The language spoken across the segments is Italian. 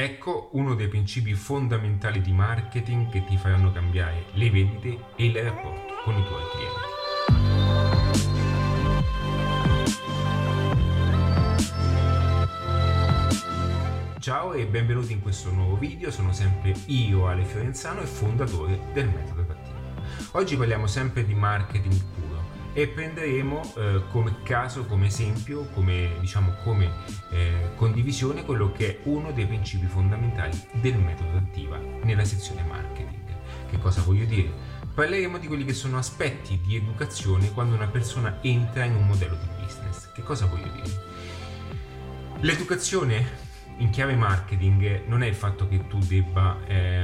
Ecco uno dei principi fondamentali di marketing che ti faranno cambiare le vendite e il rapporto con i tuoi clienti. Ciao e benvenuti in questo nuovo video, sono sempre io, Ale Fiorenzano, e fondatore del Metodo Cattivo. Oggi parliamo sempre di marketing puro e prenderemo come caso, come esempio, come condivisione quello che è uno dei principi fondamentali del metodo attiva nella sezione marketing. Che cosa voglio dire? Parleremo di quelli che sono aspetti di educazione quando una persona entra in un modello di business. Che cosa voglio dire? L'educazione in chiave marketing non è il fatto che tu debba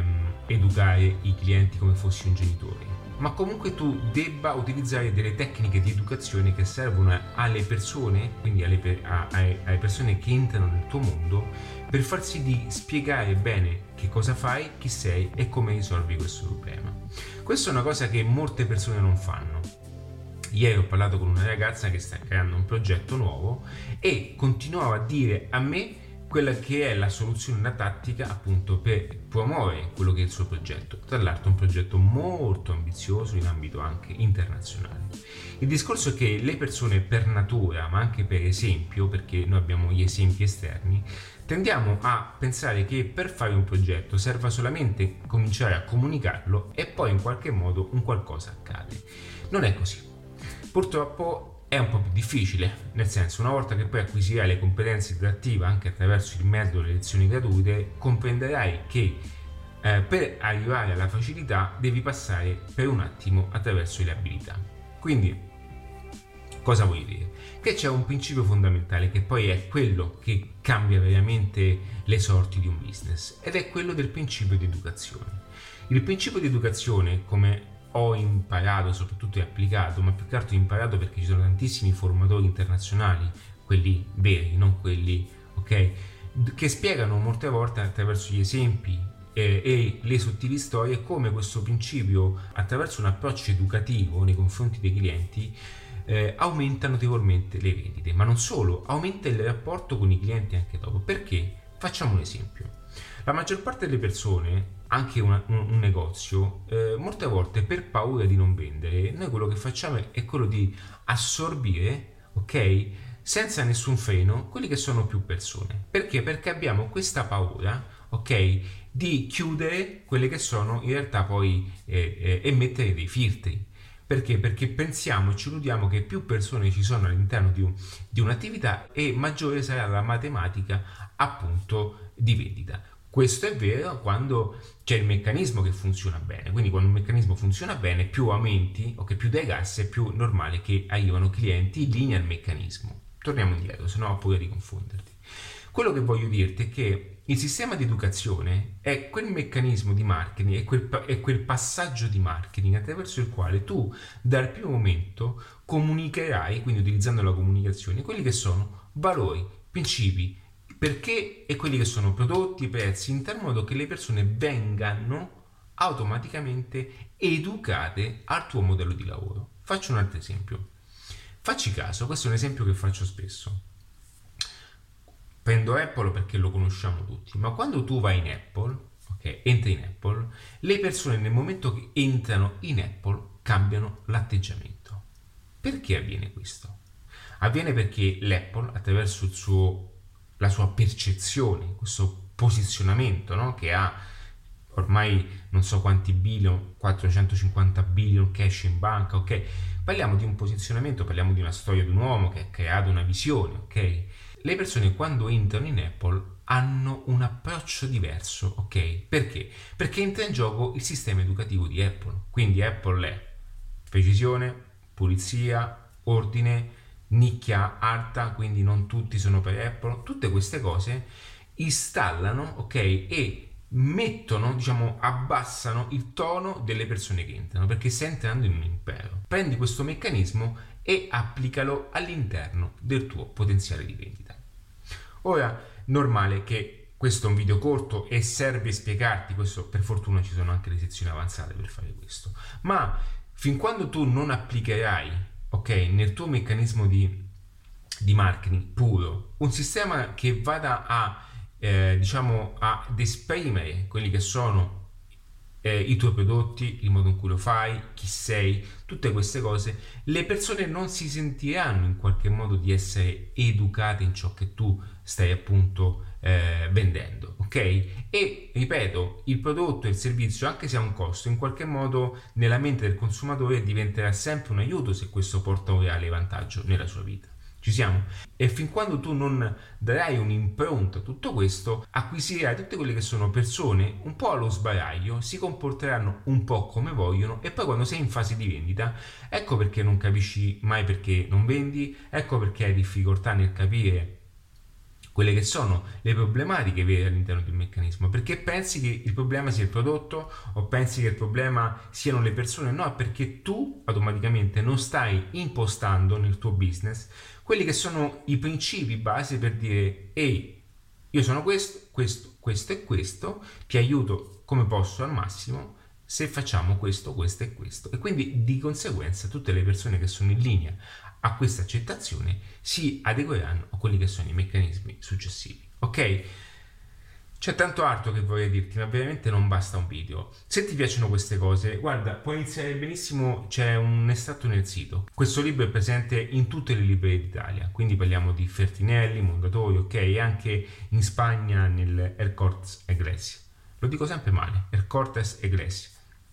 educare i clienti come fossi un genitore, ma comunque tu debba utilizzare delle tecniche di educazione che servono alle persone, quindi alle persone che entrano nel tuo mondo, per far sì di spiegare bene che cosa fai, chi sei e come risolvi questo problema. Questa è una cosa che molte persone non fanno. Ieri ho parlato con una ragazza che sta creando un progetto nuovo e continuava a dire a me quella che è la soluzione, la tattica appunto per promuovere quello che è il suo progetto. Tra l'altro un progetto molto ambizioso in ambito anche internazionale. Il discorso è che le persone per natura, ma anche per esempio, perché noi abbiamo gli esempi esterni, tendiamo a pensare che per fare un progetto serva solamente cominciare a comunicarlo e poi in qualche modo un qualcosa accade. Non è così. Purtroppo è un po' più difficile, nel senso, una volta che poi acquisirai le competenze creative anche attraverso il metodo delle lezioni gratuite, comprenderai che per arrivare alla facilità devi passare per un attimo attraverso le abilità. Quindi, cosa voglio dire? Che c'è un principio fondamentale che poi è quello che cambia veramente le sorti di un business, ed è quello del principio di educazione. Il principio di educazione, come ho imparato, soprattutto e applicato, ma più che altro imparato perché ci sono tantissimi formatori internazionali, quelli veri, non quelli, che spiegano molte volte attraverso gli esempi e le sottili storie come questo principio, attraverso un approccio educativo nei confronti dei clienti, aumenta notevolmente le vendite, ma non solo, aumenta il rapporto con i clienti anche dopo. Perché? Facciamo un esempio. La maggior parte delle persone, anche un negozio, molte volte per paura di non vendere, noi quello che facciamo è quello di assorbire, senza nessun freno, quelli che sono più persone. Perché? Perché abbiamo questa paura, di chiudere quelle che sono in realtà poi e mettere dei filtri. Perché? Perché pensiamo e ci illudiamo che più persone ci sono all'interno di un'attività e maggiore sarà la matematica appunto di vendita. Questo è vero quando c'è il meccanismo che funziona bene, quindi quando un meccanismo funziona bene, più aumenti, più dai gas, è più normale che arrivano clienti in linea al meccanismo. Torniamo indietro, se no ho paura di confonderti. Quello che voglio dirti è che il sistema di educazione è quel meccanismo di marketing, è quel passaggio di marketing attraverso il quale tu dal primo momento comunicherai, quindi utilizzando la comunicazione, quelli che sono valori, principi, perché e quelli che sono prodotti, prezzi, in tal modo che le persone vengano automaticamente educate al tuo modello di lavoro. Faccio un altro esempio. Facci caso, questo è un esempio che faccio spesso. Prendo Apple perché lo conosciamo tutti, ma quando tu vai in Apple, entri in Apple, le persone nel momento che entrano in Apple cambiano l'atteggiamento. Perché avviene questo? Avviene perché l'Apple, attraverso la sua percezione, questo posizionamento, che ha ormai non so quanti billion, 450 billion cash in banca, parliamo di un posizionamento, parliamo di una storia di un uomo che ha creato una visione, Le persone quando entrano in Apple hanno un approccio diverso, Perché? Perché entra in gioco il sistema educativo di Apple. Quindi Apple è precisione, pulizia, ordine, nicchia alta, quindi non tutti sono per Apple. Tutte queste cose installano, e mettono, abbassano il tono delle persone che entrano, perché stai entrando in un impero. Prendi questo meccanismo e applicalo all'interno del tuo potenziale di vendita. Ora, normale che questo è un video corto e serve spiegarti questo, per fortuna ci sono anche le sezioni avanzate per fare questo, ma fin quando tu non applicherai nel tuo meccanismo di marketing puro un sistema che vada a diciamo ad esprimere quelli che sono i tuoi prodotti, il modo in cui lo fai, chi sei, tutte queste cose, le persone non si sentiranno in qualche modo di essere educate in ciò che tu stai appunto vendendo, ok? E ripeto, il prodotto e il servizio, anche se ha un costo, in qualche modo nella mente del consumatore diventerà sempre un aiuto se questo porta un reale vantaggio nella sua vita. Ci siamo? E fin quando tu non darai un'impronta a tutto questo, acquisirai tutte quelle che sono persone un po' allo sbaraglio, si comporteranno un po' come vogliono e poi quando sei in fase di vendita, ecco perché non capisci mai perché non vendi, ecco perché hai difficoltà nel capire quelle che sono le problematiche vere all'interno di un meccanismo, perché pensi che il problema sia il prodotto o pensi che il problema siano le persone. No, è perché tu automaticamente non stai impostando nel tuo business quelli che sono i principi base per dire: ehi, io sono questo, questo, questo e questo, ti aiuto come posso al massimo se facciamo questo, questo e questo. E quindi di conseguenza tutte le persone che sono in linea a questa accettazione si adegueranno a quelli che sono i meccanismi successivi. Ok? C'è tanto altro che vorrei dirti, ma veramente non basta un video. Se ti piacciono queste cose, guarda, puoi iniziare benissimo, c'è un estratto nel sito. Questo libro è presente in tutte le librerie d'Italia, quindi parliamo di Fertinelli, Mondadori, ok? E anche in Spagna nel El Corte Inglés. Lo dico sempre male, El Corte Inglés.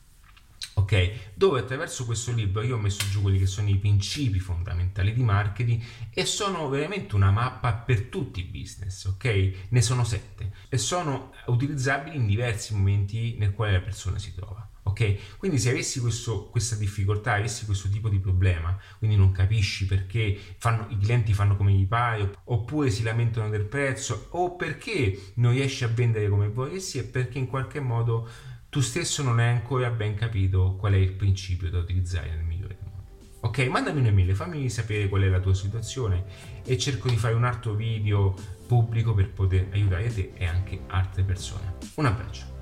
Ok, dove attraverso questo libro io ho messo giù quelli che sono i principi fondamentali di marketing e sono veramente una mappa per tutti i business, ok? Ne sono 7 e sono utilizzabili in diversi momenti nel quale la persona si trova. Ok, quindi se avessi questa difficoltà, avessi questo tipo di problema, quindi non capisci perché i clienti fanno come gli pare, oppure si lamentano del prezzo, o perché non riesci a vendere come vorresti, è perché in qualche modo tu stesso non hai ancora ben capito qual è il principio da utilizzare nel migliore dei modi. Ok, mandami un'email, fammi sapere qual è la tua situazione e cerco di fare un altro video pubblico per poter aiutare te e anche altre persone. Un abbraccio.